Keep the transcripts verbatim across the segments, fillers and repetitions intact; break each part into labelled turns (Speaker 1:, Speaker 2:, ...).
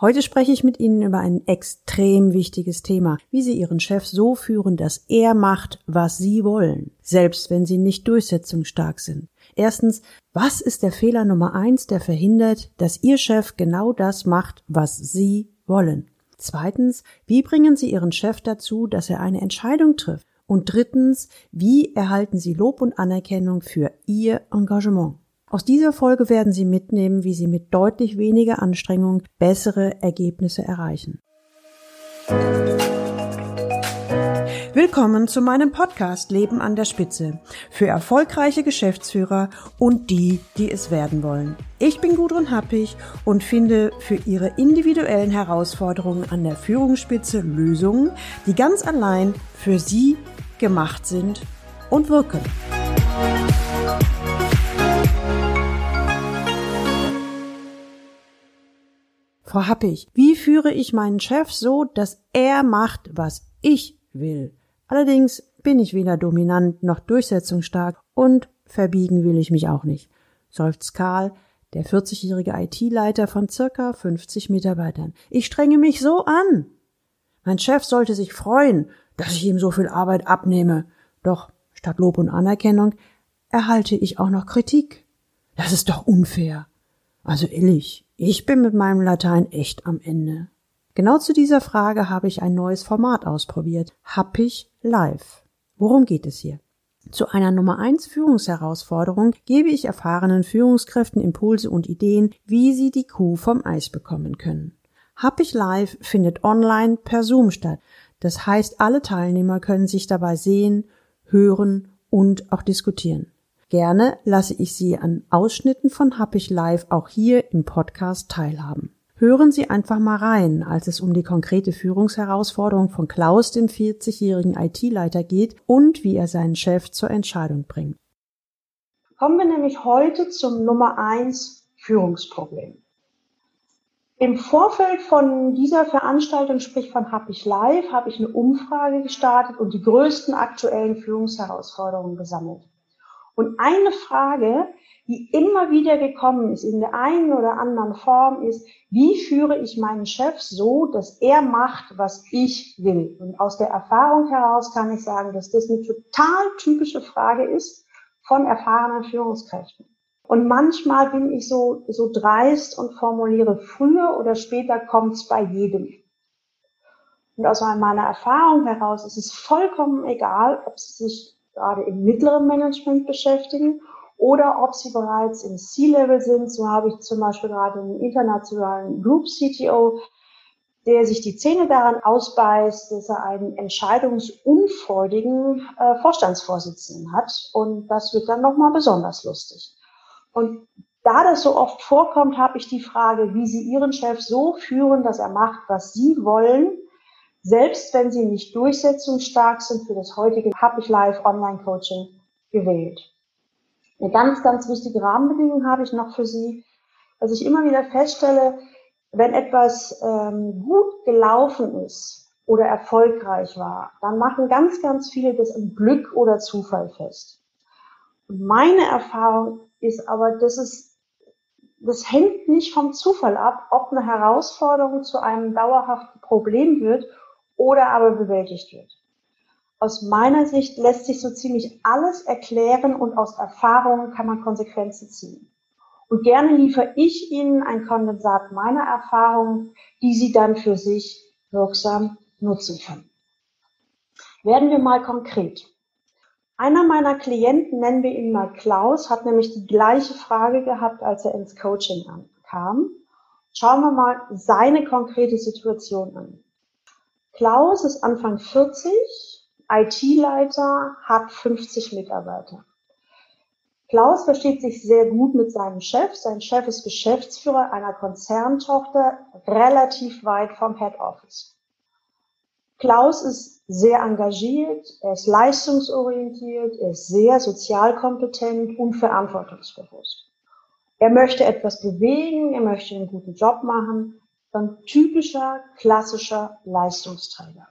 Speaker 1: Heute spreche ich mit Ihnen über ein extrem wichtiges Thema, wie Sie Ihren Chef so führen, dass er macht, was Sie wollen, selbst wenn Sie nicht durchsetzungsstark sind. Erstens, was ist der Fehler Nummer eins, der verhindert, dass Ihr Chef genau das macht, was Sie wollen? Zweitens, wie bringen Sie Ihren Chef dazu, dass er eine Entscheidung trifft? Und drittens, wie erhalten Sie Lob und Anerkennung für Ihr Engagement? Aus dieser Folge werden Sie mitnehmen, wie Sie mit deutlich weniger Anstrengung bessere Ergebnisse erreichen. Willkommen zu meinem Podcast Leben an der Spitze für erfolgreiche Geschäftsführer und die, die es werden wollen. Ich bin Gudrun Happig und finde für Ihre individuellen Herausforderungen an der Führungsspitze Lösungen, die ganz allein für Sie gemacht sind und wirken. Frau Happig, wie führe ich meinen Chef so, dass er macht, was ich will? Allerdings bin ich weder dominant noch durchsetzungsstark und verbiegen will ich mich auch nicht, seufzt Karl, der vierzigjährige I T-Leiter von circa fünfzig Mitarbeitern. Ich strenge mich so an. Mein Chef sollte sich freuen, dass ich ihm so viel Arbeit abnehme. Doch statt Lob und Anerkennung erhalte ich auch noch Kritik. Das ist doch unfair. Also ehrlich, ich bin mit meinem Latein echt am Ende. Genau zu dieser Frage habe ich ein neues Format ausprobiert. Happig Live. Worum geht es hier? Zu einer Nummer eins Führungsherausforderung gebe ich erfahrenen Führungskräften Impulse und Ideen, wie sie die Kuh vom Eis bekommen können. Happig Live findet online per Zoom statt. Das heißt, alle Teilnehmer können sich dabei sehen, hören und auch diskutieren. Gerne lasse ich Sie an Ausschnitten von Happig Live auch hier im Podcast teilhaben. Hören Sie einfach mal rein, als es um die konkrete Führungsherausforderung von Klaus, dem vierzigjährigen I T-Leiter, geht und wie er seinen Chef zur Entscheidung bringt.
Speaker 2: Kommen wir nämlich heute zum Nummer eins Führungsproblem. Im Vorfeld von dieser Veranstaltung, sprich von Happig Live, habe ich eine Umfrage gestartet und die größten aktuellen Führungsherausforderungen gesammelt. Und eine Frage, die immer wieder gekommen ist, in der einen oder anderen Form, ist, wie führe ich meinen Chef so, dass er macht, was ich will? Und aus der Erfahrung heraus kann ich sagen, dass das eine total typische Frage ist von erfahrenen Führungskräften. Und manchmal bin ich so, so dreist und formuliere, früher oder später kommt's bei jedem. Und aus meiner Erfahrung heraus ist es vollkommen egal, ob Sie sich gerade im mittleren Management beschäftigen oder ob Sie bereits im C-Level sind. So habe ich zum Beispiel gerade einen internationalen Group-C T O, der sich die Zähne daran ausbeißt, dass er einen entscheidungsunfreudigen äh, Vorstandsvorsitzenden hat. Und das wird dann nochmal besonders lustig. Und da das so oft vorkommt, habe ich die Frage, wie Sie Ihren Chef so führen, dass er macht, was Sie wollen, selbst wenn Sie nicht durchsetzungsstark sind, für das heutige Happig Live Online Coaching gewählt. Eine ganz, ganz wichtige Rahmenbedingung habe ich noch für Sie, dass ich immer wieder feststelle, wenn etwas ähm, gut gelaufen ist oder erfolgreich war, dann machen ganz, ganz viele das im Glück oder Zufall fest. Und meine Erfahrung ist aber, dass es, das hängt nicht vom Zufall ab, ob eine Herausforderung zu einem dauerhaften Problem wird oder aber bewältigt wird. Aus meiner Sicht lässt sich so ziemlich alles erklären und aus Erfahrungen kann man Konsequenzen ziehen. Und gerne liefere ich Ihnen ein Kondensat meiner Erfahrungen, die Sie dann für sich wirksam nutzen können. Werden wir mal konkret. Einer meiner Klienten, nennen wir ihn mal Klaus, hat nämlich die gleiche Frage gehabt, als er ins Coaching kam. Schauen wir mal seine konkrete Situation an. Klaus ist Anfang vierzig, I T-Leiter, hat fünfzig Mitarbeiter. Klaus versteht sich sehr gut mit seinem Chef. Sein Chef ist Geschäftsführer einer Konzerntochter, relativ weit vom Head Office. Klaus ist sehr engagiert, er ist leistungsorientiert, er ist sehr sozialkompetent und verantwortungsbewusst. Er möchte etwas bewegen, er möchte einen guten Job machen. Ein typischer, klassischer Leistungsträger.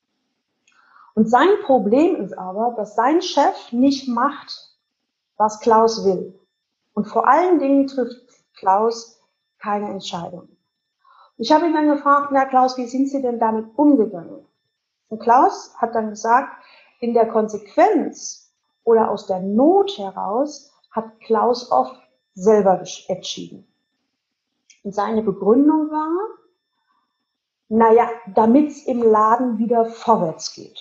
Speaker 2: Und sein Problem ist aber, dass sein Chef nicht macht, was Klaus will. Und vor allen Dingen trifft Klaus keine Entscheidung. Ich habe ihn dann gefragt, na Klaus, wie sind Sie denn damit umgegangen? Und Klaus hat dann gesagt, in der Konsequenz oder aus der Not heraus hat Klaus oft selber entschieden. Und seine Begründung war, naja, damit es im Laden wieder vorwärts geht.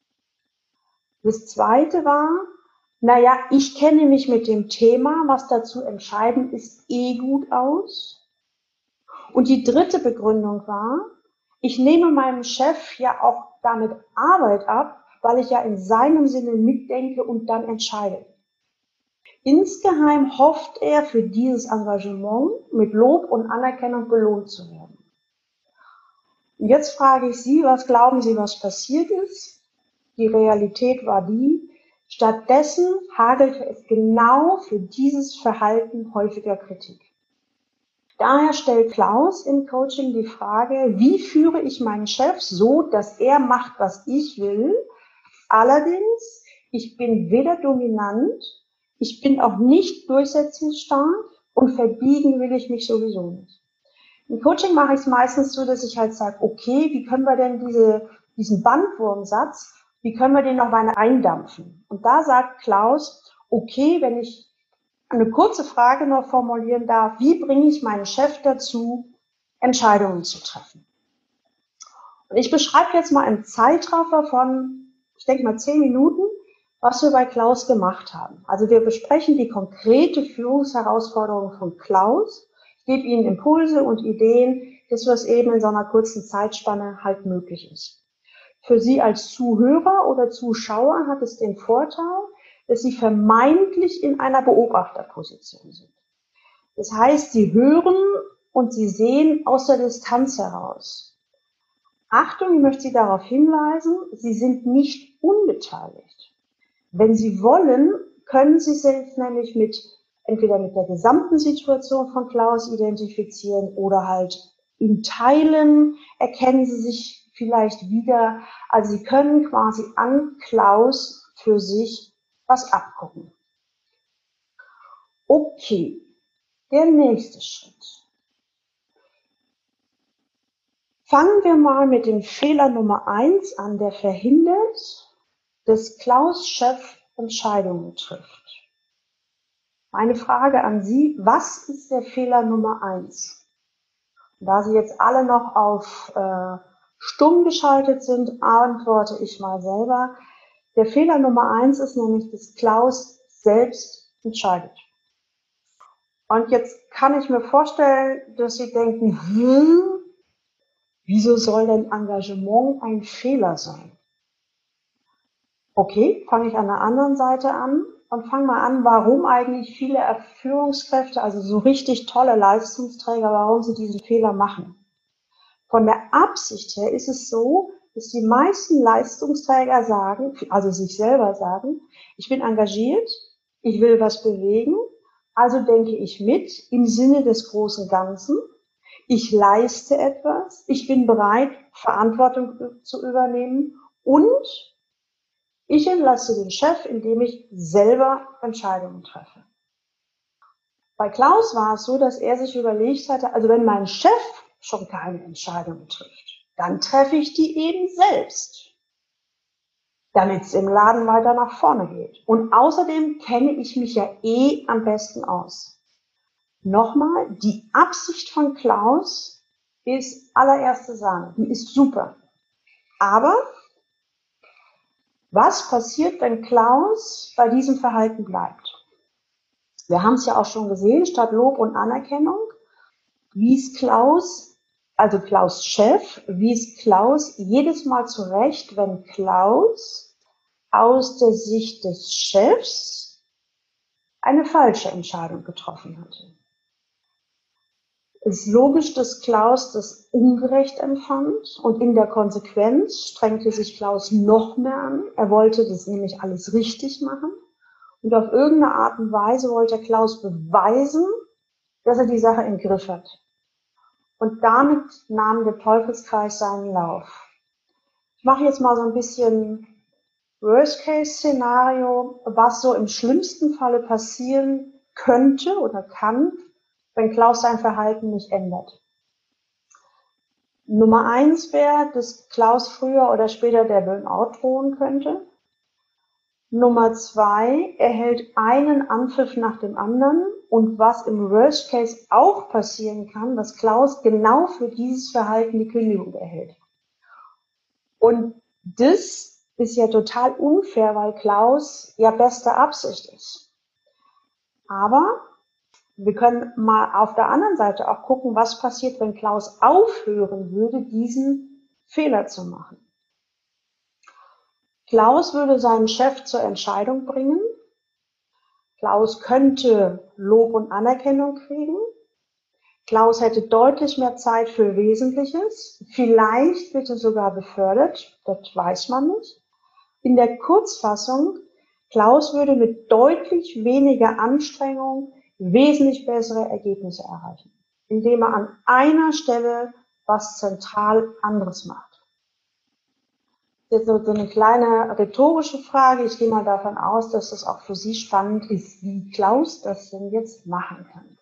Speaker 2: Das zweite war, naja, ich kenne mich mit dem Thema, was dazu entscheidend ist, eh gut aus. Und die dritte Begründung war, ich nehme meinem Chef ja auch damit Arbeit ab, weil ich ja in seinem Sinne mitdenke und dann entscheide. Insgeheim hofft er, für dieses Engagement mit Lob und Anerkennung belohnt zu werden. Und jetzt frage ich Sie, was glauben Sie, was passiert ist? Die Realität war die, stattdessen hagelte es genau für dieses Verhalten häufiger Kritik. Daher stellt Klaus im Coaching die Frage, wie führe ich meinen Chef so, dass er macht, was ich will? Allerdings, ich bin weder dominant, ich bin auch nicht durchsetzungsstark und verbiegen will ich mich sowieso nicht. Im Coaching mache ich es meistens so, dass ich halt sage, okay, wie können wir denn diese, diesen Bandwurmsatz, wie können wir den noch weiter eindampfen? Und da sagt Klaus, okay, wenn ich eine kurze Frage noch formulieren darf, wie bringe ich meinen Chef dazu, Entscheidungen zu treffen? Und ich beschreibe jetzt mal im Zeitraffer von, ich denke mal zehn Minuten, was wir bei Klaus gemacht haben. Also wir besprechen die konkrete Führungsherausforderung von Klaus. Ich gebe Ihnen Impulse und Ideen, das, was eben in so einer kurzen Zeitspanne halt möglich ist. Für Sie als Zuhörer oder Zuschauer hat es den Vorteil, dass Sie vermeintlich in einer Beobachterposition sind. Das heißt, Sie hören und Sie sehen aus der Distanz heraus. Achtung, ich möchte Sie darauf hinweisen, Sie sind nicht unbeteiligt. Wenn Sie wollen, können Sie sich nämlich mit, entweder mit der gesamten Situation von Klaus identifizieren oder halt in Teilen erkennen Sie sich vielleicht wieder. Also Sie können quasi an Klaus für sich was abgucken. Okay, der nächste Schritt. Fangen wir mal mit dem Fehler Nummer eins an, der verhindert, dass Klaus Chef Entscheidungen trifft. Meine Frage an Sie, was ist der Fehler Nummer eins? Da Sie jetzt alle noch auf äh, stumm geschaltet sind, antworte ich mal selber. Der Fehler Nummer eins ist nämlich, dass Klaus selbst entscheidet. Und jetzt kann ich mir vorstellen, dass Sie denken, hm, wieso soll denn Engagement ein Fehler sein? Okay, fange ich an der anderen Seite an und fange mal an, warum eigentlich viele Führungskräfte, also so richtig tolle Leistungsträger, warum sie diesen Fehler machen. Von der Absicht her ist es so, dass die meisten Leistungsträger sagen, also sich selber sagen, ich bin engagiert, ich will was bewegen, also denke ich mit im Sinne des großen Ganzen. Ich leiste etwas, ich bin bereit, Verantwortung zu übernehmen und ich entlasse den Chef, indem ich selber Entscheidungen treffe. Bei Klaus war es so, dass er sich überlegt hatte, also wenn mein Chef schon keine Entscheidungen trifft, dann treffe ich die eben selbst, damit es im Laden weiter nach vorne geht. Und außerdem kenne ich mich ja eh am besten aus. Nochmal, die Absicht von Klaus ist allererste Sahne, die ist super. Aber was passiert, wenn Klaus bei diesem Verhalten bleibt? Wir haben es ja auch schon gesehen, statt Lob und Anerkennung wies Klaus, also Klaus Chef, wies Klaus jedes Mal zurecht, wenn Klaus aus der Sicht des Chefs eine falsche Entscheidung getroffen hatte. Es ist logisch, dass Klaus das ungerecht empfand und in der Konsequenz strengte sich Klaus noch mehr an. Er wollte das nämlich alles richtig machen und auf irgendeine Art und Weise wollte Klaus beweisen, dass er die Sache im Griff hat. Und damit nahm der Teufelskreis seinen Lauf. Ich mache jetzt mal so ein bisschen Worst-Case-Szenario, was so im schlimmsten Falle passieren könnte oder kann, wenn Klaus sein Verhalten nicht ändert. Nummer eins wäre, dass Klaus früher oder später der Burnout drohen könnte. Nummer zwei, er hält einen Anpfiff nach dem anderen und was im Worst Case auch passieren kann, dass Klaus genau für dieses Verhalten die Kündigung erhält. Und das ist ja total unfair, weil Klaus ja beste Absicht ist. Aber wir können mal auf der anderen Seite auch gucken, was passiert, wenn Klaus aufhören würde, diesen Fehler zu machen. Klaus würde seinen Chef zur Entscheidung bringen. Klaus könnte Lob und Anerkennung kriegen. Klaus hätte deutlich mehr Zeit für Wesentliches. Vielleicht wird er sogar befördert. Das weiß man nicht. In der Kurzfassung, Klaus würde mit deutlich weniger Anstrengung wesentlich bessere Ergebnisse erreichen, indem er an einer Stelle was zentral anderes macht. Jetzt so eine kleine rhetorische Frage. Ich gehe mal davon aus, dass das auch für Sie spannend ist, wie Klaus das denn jetzt machen kann.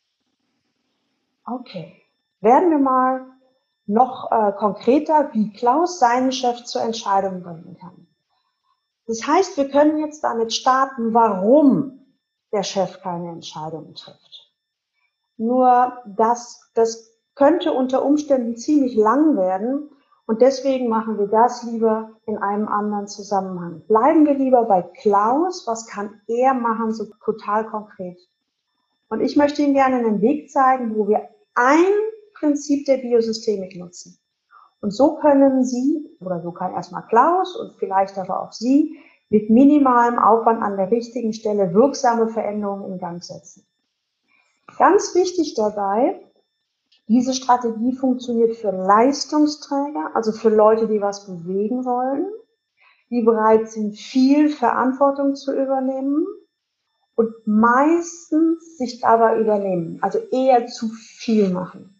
Speaker 2: Okay, werden wir mal noch äh, konkreter, wie Klaus seinen Chef zur Entscheidung bringen kann. Das heißt, wir können jetzt damit starten, warum der Chef keine Entscheidungen trifft. Nur das, das könnte unter Umständen ziemlich lang werden und deswegen machen wir das lieber in einem anderen Zusammenhang. Bleiben wir lieber bei Klaus, was kann er machen, so total konkret. Und ich möchte Ihnen gerne einen Weg zeigen, wo wir ein Prinzip der Biosystemik nutzen. Und so können Sie, oder so kann erstmal Klaus und vielleicht aber auch Sie, mit minimalem Aufwand an der richtigen Stelle wirksame Veränderungen in Gang setzen. Ganz wichtig dabei, diese Strategie funktioniert für Leistungsträger, also für Leute, die was bewegen wollen, die bereit sind, viel Verantwortung zu übernehmen und meistens sich dabei übernehmen, also eher zu viel machen.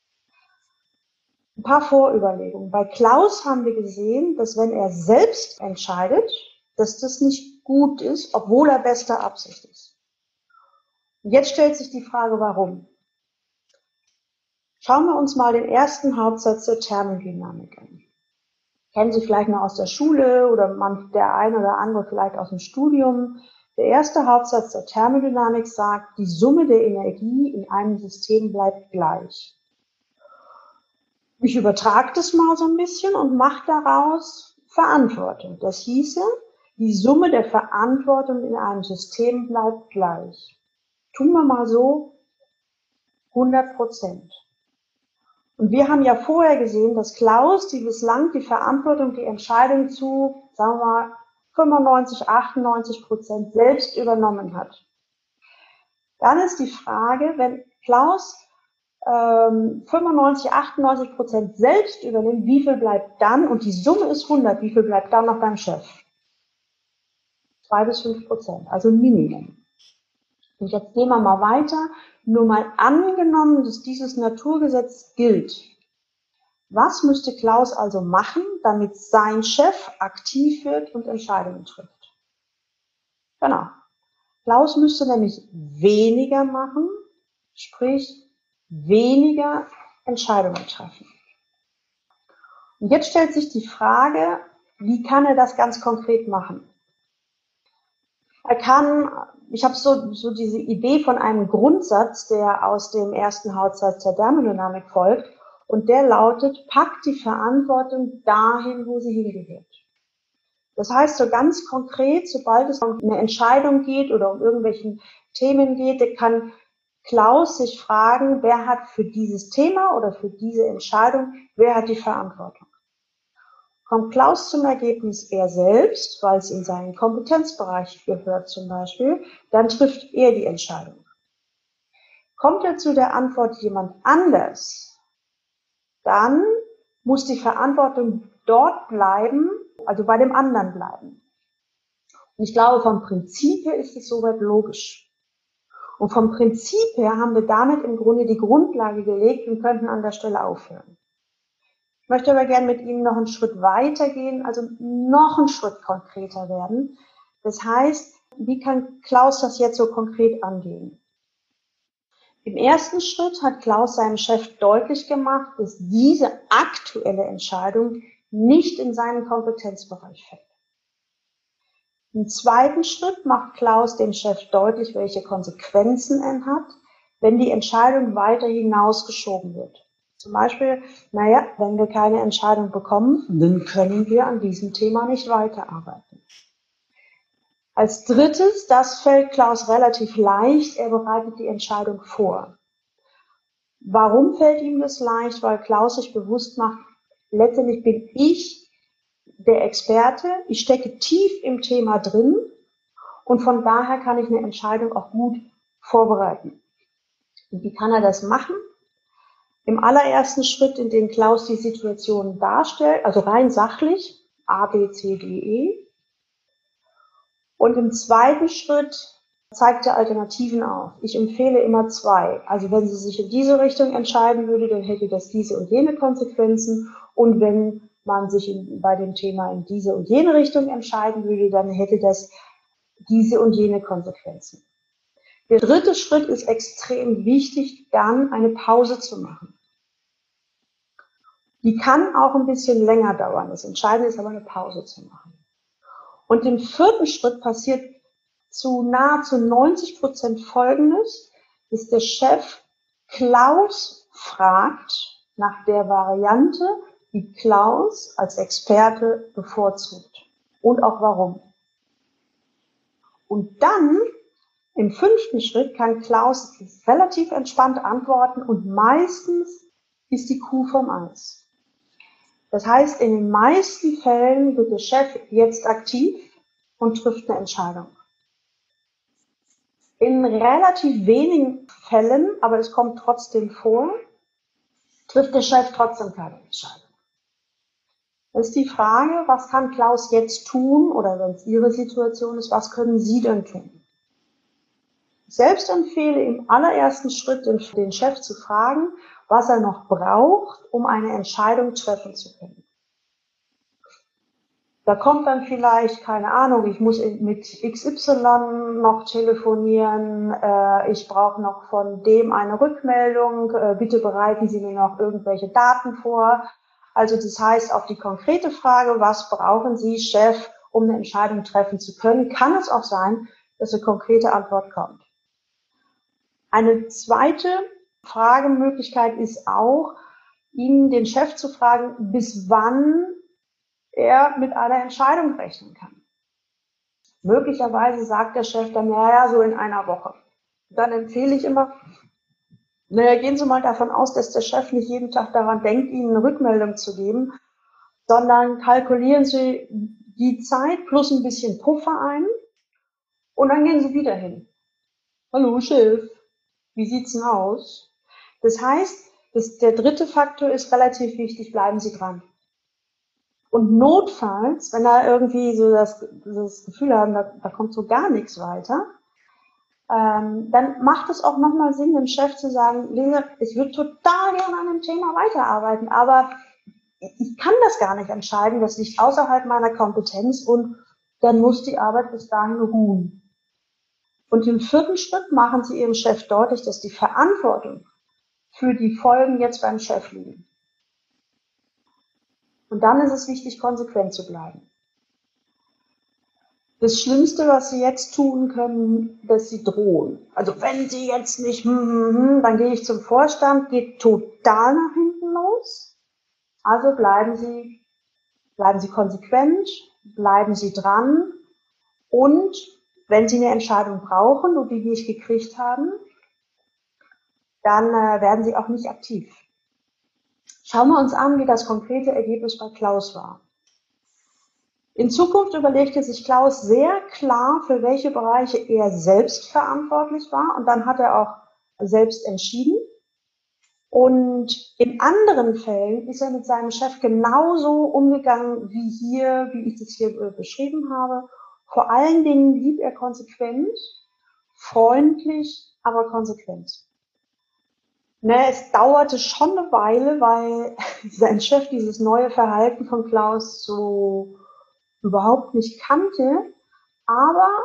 Speaker 2: Ein paar Vorüberlegungen. Bei Klaus haben wir gesehen, dass wenn er selbst entscheidet, dass das nicht gut ist, obwohl er bester Absicht ist. Und jetzt stellt sich die Frage, warum? Schauen wir uns mal den ersten Hauptsatz der Thermodynamik an. Kennen Sie vielleicht noch aus der Schule oder man, der eine oder andere vielleicht aus dem Studium. Der erste Hauptsatz der Thermodynamik sagt, die Summe der Energie in einem System bleibt gleich. Ich übertrage das mal so ein bisschen und mache daraus Verantwortung. Das hieße, die Summe der Verantwortung in einem System bleibt gleich. Tun wir mal so hundert Prozent. Und wir haben ja vorher gesehen, dass Klaus die bislang die Verantwortung, die Entscheidung zu, sagen wir mal, fünfundneunzig, achtundneunzig Prozent selbst übernommen hat. Dann ist die Frage, wenn Klaus ähm, fünfundneunzig, achtundneunzig Prozent selbst übernimmt, wie viel bleibt dann, und die Summe ist hundert, wie viel bleibt dann noch beim Chef? zwei bis fünf Prozent, also Minimum. Und jetzt gehen wir mal weiter. Nur mal angenommen, dass dieses Naturgesetz gilt. Was müsste Klaus also machen, damit sein Chef aktiv wird und Entscheidungen trifft? Genau. Klaus müsste nämlich weniger machen, sprich weniger Entscheidungen treffen. Und jetzt stellt sich die Frage, wie kann er das ganz konkret machen? Er kann, ich habe so, so diese Idee von einem Grundsatz, der aus dem ersten Hauptsatz der Thermodynamik folgt, und der lautet, packt die Verantwortung dahin, wo sie hingehört. Das heißt so ganz konkret, sobald es um eine Entscheidung geht oder um irgendwelchen Themen geht, kann Klaus sich fragen, wer hat für dieses Thema oder für diese Entscheidung, wer hat die Verantwortung? Kommt Klaus zum Ergebnis, er selbst, weil es in seinen Kompetenzbereich gehört zum Beispiel, dann trifft er die Entscheidung. Kommt er zu der Antwort jemand anders, dann muss die Verantwortung dort bleiben, also bei dem anderen bleiben. Und ich glaube, vom Prinzip her ist es soweit logisch. Und vom Prinzip her haben wir damit im Grunde die Grundlage gelegt und könnten an der Stelle aufhören. Ich möchte aber gerne mit Ihnen noch einen Schritt weiter gehen, also noch einen Schritt konkreter werden. Das heißt, wie kann Klaus das jetzt so konkret angehen? Im ersten Schritt hat Klaus seinem Chef deutlich gemacht, dass diese aktuelle Entscheidung nicht in seinen Kompetenzbereich fällt. Im zweiten Schritt macht Klaus dem Chef deutlich, welche Konsequenzen er hat, wenn die Entscheidung weiter hinausgeschoben wird. Zum Beispiel, naja, wenn wir keine Entscheidung bekommen, dann können wir an diesem Thema nicht weiterarbeiten. Als drittes, das fällt Klaus relativ leicht, er bereitet die Entscheidung vor. Warum fällt ihm das leicht? Weil Klaus sich bewusst macht, letztendlich bin ich der Experte, ich stecke tief im Thema drin und von daher kann ich eine Entscheidung auch gut vorbereiten. Und wie kann er das machen? Im allerersten Schritt, in dem Klaus die Situation darstellt, also rein sachlich, A, B, C, D, E. Und im zweiten Schritt zeigt er Alternativen auf. Ich empfehle immer zwei. Also wenn sie sich in diese Richtung entscheiden würde, dann hätte das diese und jene Konsequenzen. Und wenn man sich in, bei dem Thema in diese und jene Richtung entscheiden würde, dann hätte das diese und jene Konsequenzen. Der dritte Schritt ist extrem wichtig, dann eine Pause zu machen. Die kann auch ein bisschen länger dauern. Das Entscheidende ist aber, eine Pause zu machen. Und im vierten Schritt passiert zu nahezu neunzig Prozent Folgendes, dass der Chef Klaus fragt nach der Variante, die Klaus als Experte bevorzugt und auch warum. Und dann im fünften Schritt kann Klaus relativ entspannt antworten und meistens ist die Kuh vom Eis. Das heißt, in den meisten Fällen wird der Chef jetzt aktiv und trifft eine Entscheidung. In relativ wenigen Fällen, aber es kommt trotzdem vor, trifft der Chef trotzdem keine Entscheidung. Das ist die Frage, was kann Klaus jetzt tun, oder wenn es Ihre Situation ist, was können Sie denn tun? Ich selbst empfehle im allerersten Schritt den, den Chef zu fragen, was er noch braucht, um eine Entscheidung treffen zu können. Da kommt dann vielleicht, keine Ahnung, ich muss mit X Y noch telefonieren, äh, ich brauche noch von dem eine Rückmeldung, äh, bitte bereiten Sie mir noch irgendwelche Daten vor. Also das heißt, auf die konkrete Frage, was brauchen Sie, Chef, um eine Entscheidung treffen zu können, kann es auch sein, dass eine konkrete Antwort kommt. Eine zweite Fragemöglichkeit ist auch, Ihnen den Chef zu fragen, bis wann er mit einer Entscheidung rechnen kann. Möglicherweise sagt der Chef dann, naja, so in einer Woche. Dann empfehle ich immer, naja, gehen Sie mal davon aus, dass der Chef nicht jeden Tag daran denkt, Ihnen eine Rückmeldung zu geben, sondern kalkulieren Sie die Zeit plus ein bisschen Puffer ein und dann gehen Sie wieder hin. Hallo Chef, wie sieht's denn aus? Das heißt, das, der dritte Faktor ist relativ wichtig, bleiben Sie dran. Und notfalls, wenn da irgendwie so das, das Gefühl haben, da, da kommt so gar nichts weiter, ähm, dann macht es auch nochmal Sinn, dem Chef zu sagen, Lisa, ich würde total gerne an dem Thema weiterarbeiten, aber ich kann das gar nicht entscheiden, das liegt außerhalb meiner Kompetenz und dann muss die Arbeit bis dahin ruhen. Und im vierten Schritt machen Sie Ihrem Chef deutlich, dass die Verantwortung für die Folgen jetzt beim Chef liegen. Und dann ist es wichtig, konsequent zu bleiben. Das Schlimmste, was Sie jetzt tun können, dass Sie drohen. Also wenn Sie jetzt nicht, hm, hm, hm, dann gehe ich zum Vorstand, geht total nach hinten los. Also bleiben Sie, bleiben Sie konsequent, bleiben Sie dran und wenn Sie eine Entscheidung brauchen und die nicht gekriegt haben, dann äh, werden Sie auch nicht aktiv. Schauen wir uns an, wie das konkrete Ergebnis bei Klaus war. In Zukunft überlegte sich Klaus sehr klar, für welche Bereiche er selbst verantwortlich war und dann hat er auch selbst entschieden. Und in anderen Fällen ist er mit seinem Chef genauso umgegangen wie hier, wie ich das hier äh, beschrieben habe. Vor allen Dingen blieb er konsequent, freundlich, aber konsequent. Ne, es dauerte schon eine Weile, weil sein Chef dieses neue Verhalten von Klaus so überhaupt nicht kannte. Aber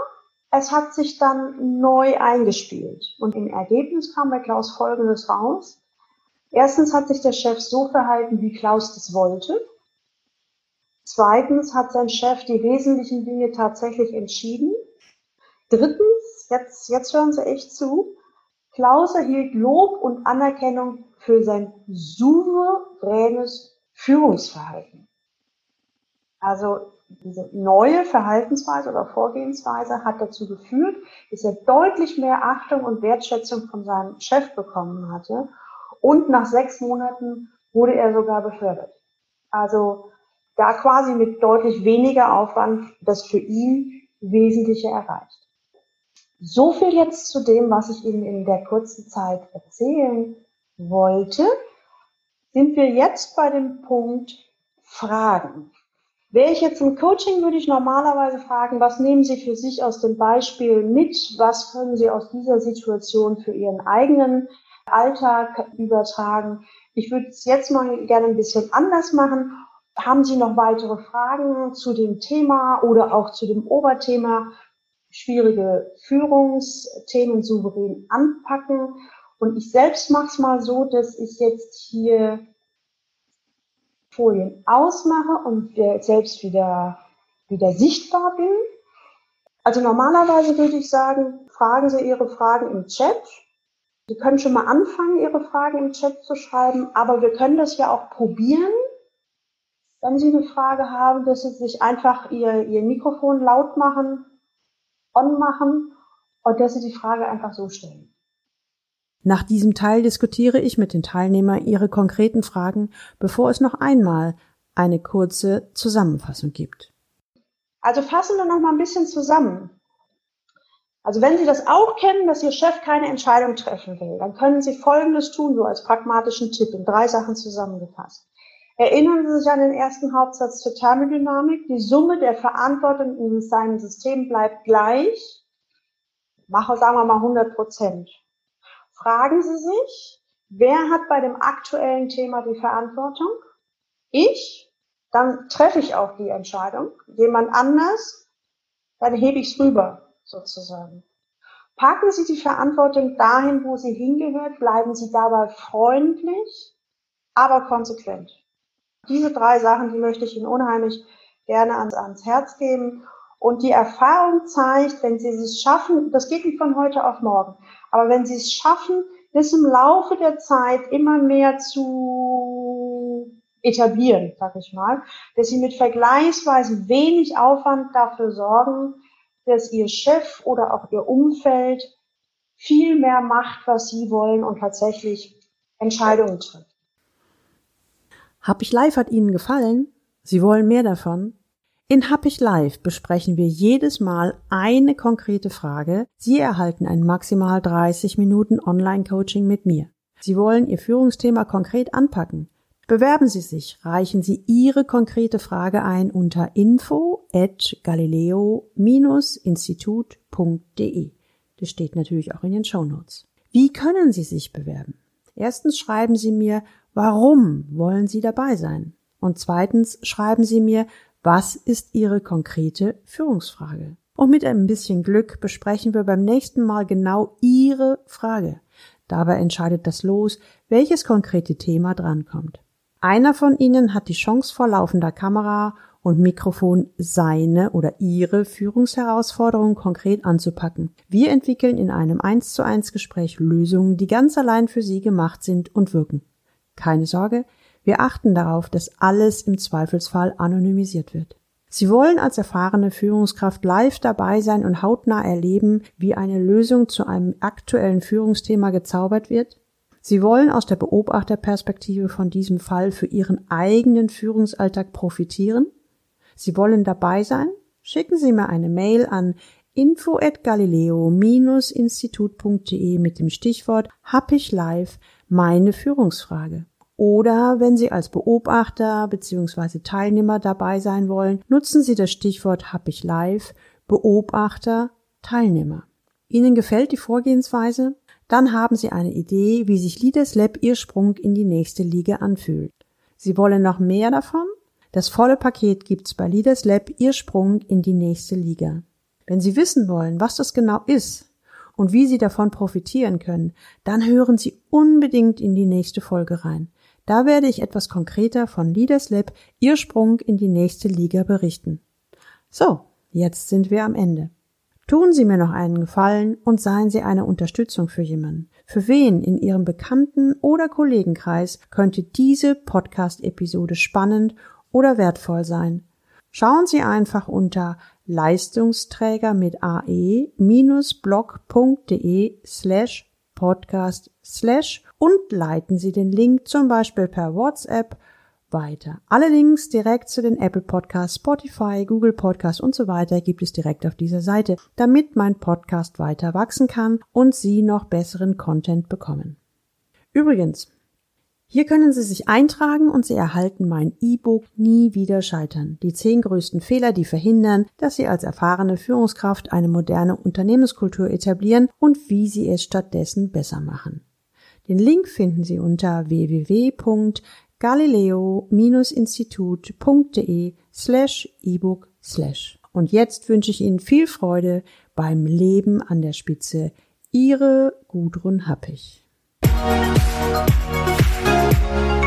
Speaker 2: es hat sich dann neu eingespielt. Und im Ergebnis kam bei Klaus Folgendes raus. Erstens hat sich der Chef so verhalten, wie Klaus das wollte. Zweitens hat sein Chef die wesentlichen Dinge tatsächlich entschieden. Drittens, jetzt, jetzt hören Sie echt zu, Klaus erhielt Lob und Anerkennung für sein souveränes Führungsverhalten. Also diese neue Verhaltensweise oder Vorgehensweise hat dazu geführt, dass er deutlich mehr Achtung und Wertschätzung von seinem Chef bekommen hatte. Und nach sechs Monaten wurde er sogar befördert. Also da quasi mit deutlich weniger Aufwand das für ihn Wesentliche erreicht. So viel jetzt zu dem, was ich Ihnen in der kurzen Zeit erzählen wollte. Sind wir jetzt bei dem Punkt Fragen. Wäre ich jetzt im Coaching, würde ich normalerweise fragen, was nehmen Sie für sich aus dem Beispiel mit? Was können Sie aus dieser Situation für Ihren eigenen Alltag übertragen? Ich würde es jetzt mal gerne ein bisschen anders machen. Haben Sie noch weitere Fragen zu dem Thema oder auch zu dem Oberthema schwierige Führungsthemen souverän anpacken? Und ich selbst mache es mal so, dass ich jetzt hier Folien ausmache und selbst wieder, wieder sichtbar bin. Also normalerweise würde ich sagen, fragen Sie Ihre Fragen im Chat. Sie können schon mal anfangen, Ihre Fragen im Chat zu schreiben, aber wir können das ja auch probieren, wenn Sie eine Frage haben, dass Sie sich einfach Ihr, Ihr Mikrofon laut machen, on machen und dass Sie die Frage einfach so stellen.
Speaker 1: Nach diesem Teil diskutiere ich mit den Teilnehmern ihre konkreten Fragen, bevor es noch einmal eine kurze Zusammenfassung gibt.
Speaker 2: Also fassen wir noch mal ein bisschen zusammen. Also wenn Sie das auch kennen, dass Ihr Chef keine Entscheidung treffen will, dann können Sie Folgendes tun, so als pragmatischen Tipp, in drei Sachen zusammengefasst. Erinnern Sie sich an den ersten Hauptsatz zur Thermodynamik. Die Summe der Verantwortung in seinem System bleibt gleich. Machen, sagen wir mal hundert Prozent. Fragen Sie sich, wer hat bei dem aktuellen Thema die Verantwortung? Ich? Dann treffe ich auch die Entscheidung. Jemand anders? Dann hebe ich es rüber, sozusagen. Packen Sie die Verantwortung dahin, wo sie hingehört. Bleiben Sie dabei freundlich, aber konsequent. Diese drei Sachen, die möchte ich Ihnen unheimlich gerne ans, ans Herz geben. Und die Erfahrung zeigt, wenn Sie es schaffen, das geht nicht von heute auf morgen, aber wenn Sie es schaffen, das im Laufe der Zeit immer mehr zu etablieren, sag ich mal, dass Sie mit vergleichsweise wenig Aufwand dafür sorgen, dass Ihr Chef oder auch Ihr Umfeld viel mehr macht, was Sie wollen und tatsächlich Entscheidungen trifft.
Speaker 1: Hab ich live hat Ihnen gefallen? Sie wollen mehr davon? In Hab ich live besprechen wir jedes Mal eine konkrete Frage. Sie erhalten ein maximal dreißig Minuten Online-Coaching mit mir. Sie wollen Ihr Führungsthema konkret anpacken. Bewerben Sie sich, reichen Sie Ihre konkrete Frage ein unter info at galileo Bindestrich institut punkt de. Das steht natürlich auch in den Shownotes. Wie können Sie sich bewerben? Erstens schreiben Sie mir, warum wollen Sie dabei sein? Und zweitens schreiben Sie mir, was ist Ihre konkrete Führungsfrage? Und mit ein bisschen Glück besprechen wir beim nächsten Mal genau Ihre Frage. Dabei entscheidet das Los, welches konkrete Thema drankommt. Einer von Ihnen hat die Chance, vor laufender Kamera und Mikrofon seine oder ihre Führungsherausforderungen konkret anzupacken. Wir entwickeln in einem eins zu eins Gespräch Lösungen, die ganz allein für Sie gemacht sind und wirken. Keine Sorge, wir achten darauf, dass alles im Zweifelsfall anonymisiert wird. Sie wollen als erfahrene Führungskraft live dabei sein und hautnah erleben, wie eine Lösung zu einem aktuellen Führungsthema gezaubert wird? Sie wollen aus der Beobachterperspektive von diesem Fall für Ihren eigenen Führungsalltag profitieren? Sie wollen dabei sein? Schicken Sie mir eine Mail an info at galileo Bindestrich institut punkt de mit dem Stichwort Hab ich live meine Führungsfrage. Oder wenn Sie als Beobachter bzw. Teilnehmer dabei sein wollen, nutzen Sie das Stichwort Hab ich live Beobachter Teilnehmer. Ihnen gefällt die Vorgehensweise? Dann haben Sie eine Idee, wie sich Leaders Lab Ihr Sprung in die nächste Liga anfühlt. Sie wollen noch mehr davon? Das volle Paket gibt's bei Leaders Lab Ihr Sprung in die nächste Liga. Wenn Sie wissen wollen, was das genau ist und wie Sie davon profitieren können, dann hören Sie unbedingt in die nächste Folge rein. Da werde ich etwas konkreter von Leaders Lab, Ihr Sprung in die nächste Liga, berichten. So, jetzt sind wir am Ende. Tun Sie mir noch einen Gefallen und seien Sie eine Unterstützung für jemanden. Für wen in Ihrem Bekannten- oder Kollegenkreis könnte diese Podcast-Episode spannend oder wertvoll sein? Schauen Sie einfach unter Leistungsträger mit ae-blog.de slash podcast slash und leiten Sie den Link zum Beispiel per WhatsApp weiter. Alle Links direkt zu den Apple Podcasts, Spotify, Google Podcasts und so weiter gibt es direkt auf dieser Seite, damit mein Podcast weiter wachsen kann und Sie noch besseren Content bekommen. Übrigens, hier können Sie sich eintragen und Sie erhalten mein E-Book Nie wieder scheitern. Die zehn größten Fehler, die verhindern, dass Sie als erfahrene Führungskraft eine moderne Unternehmenskultur etablieren und wie Sie es stattdessen besser machen. Den Link finden Sie unter w w w punkt galileo-institut.de slash ebook slash. Und jetzt wünsche ich Ihnen viel Freude beim Leben an der Spitze. Ihre Gudrun Happig.